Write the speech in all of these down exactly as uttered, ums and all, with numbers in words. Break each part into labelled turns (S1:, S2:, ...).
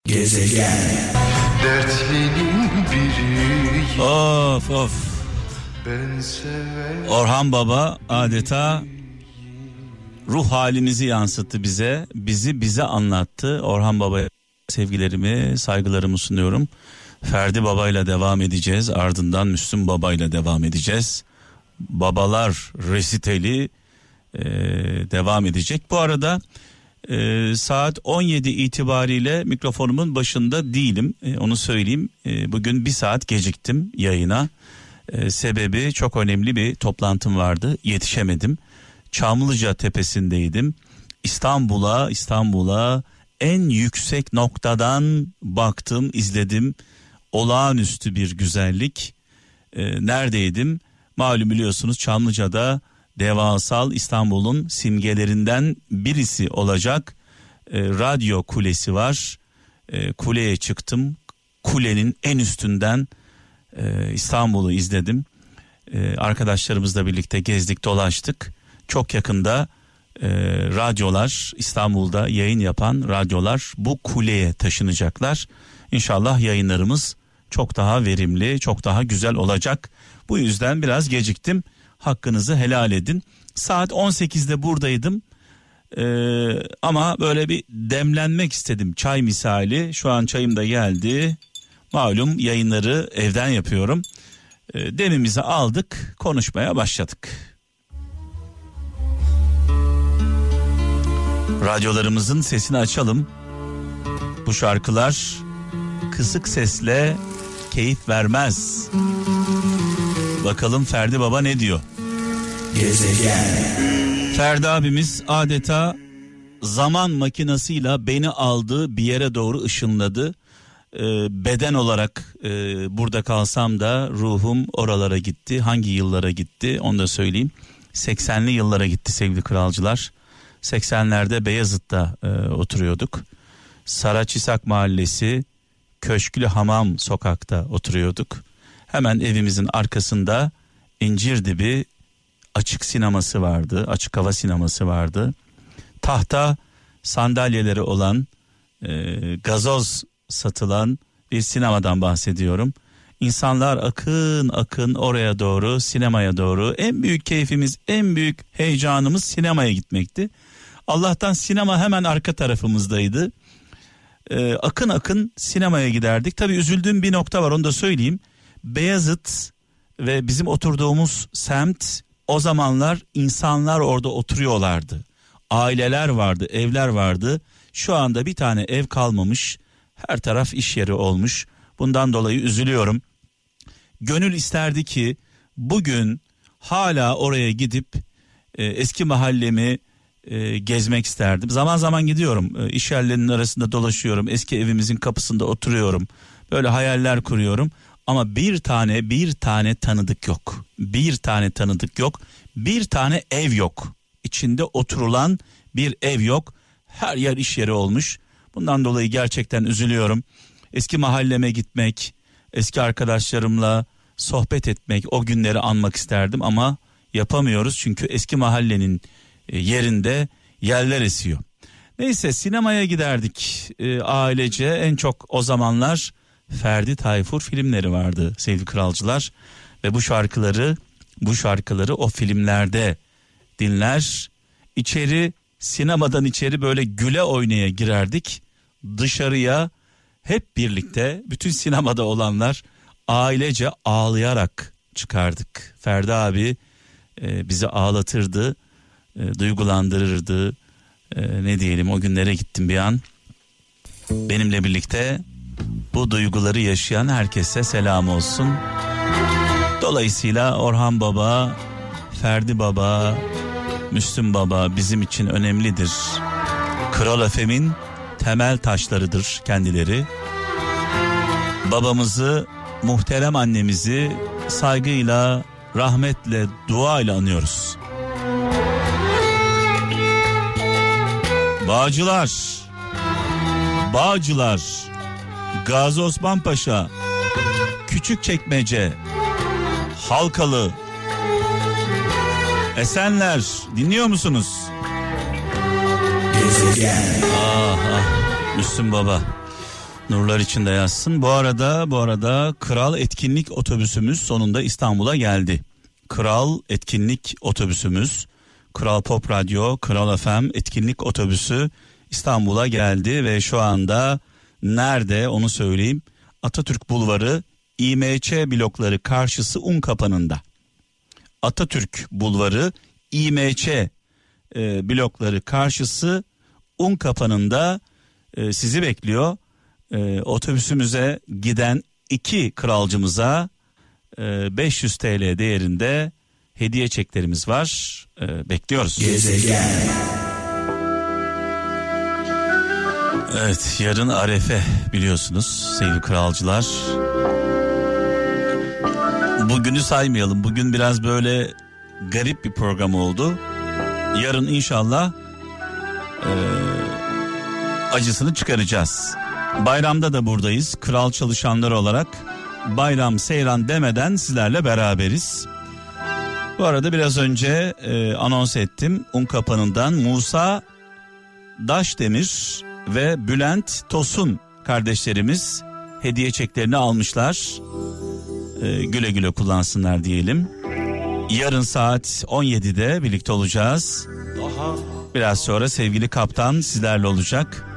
S1: Gezegen. Dertlinin biri.
S2: Of of. Orhan Baba adeta ruh halimizi yansıttı bize. Bizi bize anlattı. Orhan Baba'ya sevgilerimi, saygılarımı sunuyorum. Ferdi Baba'yla devam edeceğiz. Ardından Müslüm Baba'yla devam edeceğiz. Babalar resitali e, devam edecek. Bu arada e, saat on yedi itibariyle mikrofonumun başında değilim. E, onu söyleyeyim. E, bugün bir saat geciktim yayına. E, sebebi çok önemli bir toplantım vardı. Yetişemedim. Çamlıca Tepesi'ndeydim. İstanbul'a, İstanbul'a en yüksek noktadan baktım, izledim. Olağanüstü bir güzellik. E, neredeydim? Malum biliyorsunuz Çamlıca'da devasal İstanbul'un simgelerinden birisi olacak e, radyo kulesi var. E, kuleye çıktım. Kulenin en üstünden e, İstanbul'u izledim. E, arkadaşlarımızla birlikte gezdik, dolaştık. Çok yakında e, radyolar, İstanbul'da yayın yapan radyolar bu kuleye taşınacaklar. İnşallah yayınlarımız çok daha verimli, çok daha güzel olacak. Bu yüzden biraz geciktim. Hakkınızı helal edin. Saat on sekizde buradaydım. Ee, ama böyle bir demlenmek istedim. Çay misali. Şu an çayım da geldi. Malum yayınları evden yapıyorum. Ee, demimizi aldık. Konuşmaya başladık. Radyolarımızın sesini açalım. Bu şarkılar kısık sesle keyif vermez. Bakalım Ferdi Baba ne diyor? Gezegen. Ferdi abimiz adeta zaman makinasıyla beni aldı, bir yere doğru ışınladı. Ee, beden olarak e, burada kalsam da ruhum oralara gitti. Hangi yıllara gitti onu da söyleyeyim. seksenli yıllara gitti sevgili kralcılar. seksenlerde Beyazıt'ta e, oturuyorduk. Saraçisak Mahallesi, Köşklü Hamam sokakta oturuyorduk. Hemen evimizin arkasında İncirdibi açık sineması vardı, açık hava sineması vardı. Tahta sandalyeleri olan, e, gazoz satılan bir sinemadan bahsediyorum. İnsanlar akın akın oraya doğru, sinemaya doğru. En büyük keyfimiz, en büyük heyecanımız sinemaya gitmekti. Allah'tan sinema hemen arka tarafımızdaydı. Ee, akın akın sinemaya giderdik. Tabii üzüldüğüm bir nokta var, onu da söyleyeyim. Beyazıt ve bizim oturduğumuz semt, o zamanlar insanlar orada oturuyorlardı. Aileler vardı, evler vardı. Şu anda bir tane ev kalmamış. Her taraf iş yeri olmuş. Bundan dolayı üzülüyorum. Gönül isterdi ki bugün hala oraya gidip e, eski mahallemi e, gezmek isterdim. Zaman zaman gidiyorum, e, iş yerlerinin arasında dolaşıyorum. Eski evimizin kapısında oturuyorum. Böyle hayaller kuruyorum. Ama bir tane bir tane tanıdık yok. Bir tane tanıdık yok. Bir tane ev yok. İçinde oturulan bir ev yok. Her yer iş yeri olmuş. Bundan dolayı gerçekten üzülüyorum. Eski mahalleme gitmek, eski arkadaşlarımla sohbet etmek, o günleri anmak isterdim ama yapamıyoruz. Çünkü eski mahallenin yerinde yerler esiyor. Neyse, sinemaya giderdik e, ailece. En çok o zamanlar Ferdi Tayfur filmleri vardı sevgili kralcılar. Ve bu şarkıları, bu şarkıları o filmlerde dinler. İçeri, sinemadan içeri böyle güle oynaya girerdik. Dışarıya hep birlikte, bütün sinemada olanlar ailece ağlayarak çıkardık. Ferdi abi e, bizi ağlatırdı, e, duygulandırırdı. E, ne diyelim, o günlere gittim bir an. Benimle birlikte bu duyguları yaşayan herkese selam olsun. Dolayısıyla Orhan Baba, Ferdi Baba, Müslüm Baba bizim için önemlidir. Kral F M'in temel taşlarıdır kendileri. Babamızı, muhterem annemizi saygıyla, rahmetle, duayla anıyoruz. Bağcılar, Bağcılar, Gazi Osman Paşa, Küçükçekmece, Halkalı, Esenler, dinliyor musunuz?
S1: Gezegen.
S2: Ah ah, Müslüm Baba. Nurlar içinde yazsın. Bu arada bu arada Kral etkinlik otobüsümüz sonunda İstanbul'a geldi. Kral etkinlik otobüsümüz, Kral Pop Radyo, Kral F M etkinlik otobüsü İstanbul'a geldi ve şu anda nerede onu söyleyeyim. Atatürk Bulvarı İ M Ç blokları karşısı Unkapanı'nda. Atatürk Bulvarı İ M Ç e, blokları karşısı Unkapanı'nda e, sizi bekliyor. E, otobüsümüze giden iki kralcımıza e, beş yüz TL değerinde hediye çeklerimiz var. E, bekliyoruz. Gezegen. Evet, yarın Arefe biliyorsunuz sevgili kralcılar. Bugünü saymayalım. Bugün biraz böyle garip bir program oldu. Yarın inşallah e, acısını çıkaracağız. Bayramda da buradayız. Kral çalışanları olarak bayram seyran demeden sizlerle beraberiz. Bu arada biraz önce e, anons ettim. Unkapanı'ndan Musa Daşdemir ve Bülent Tosun kardeşlerimiz hediye çeklerini almışlar. E, güle güle kullansınlar diyelim. Yarın saat on yedide birlikte olacağız. Biraz sonra sevgili kaptan sizlerle olacak.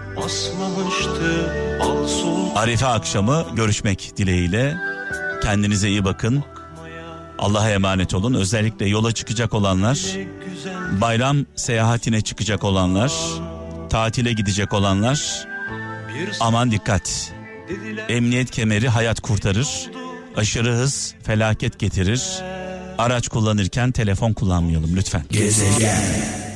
S2: Arife akşamı görüşmek dileğiyle. Kendinize iyi bakın. Allah'a emanet olun. Özellikle yola çıkacak olanlar, bayram seyahatine çıkacak olanlar, tatile gidecek olanlar, aman dikkat. Emniyet kemeri hayat kurtarır. Aşırı hız felaket getirir. Araç kullanırken telefon kullanmayalım lütfen. Gezegen.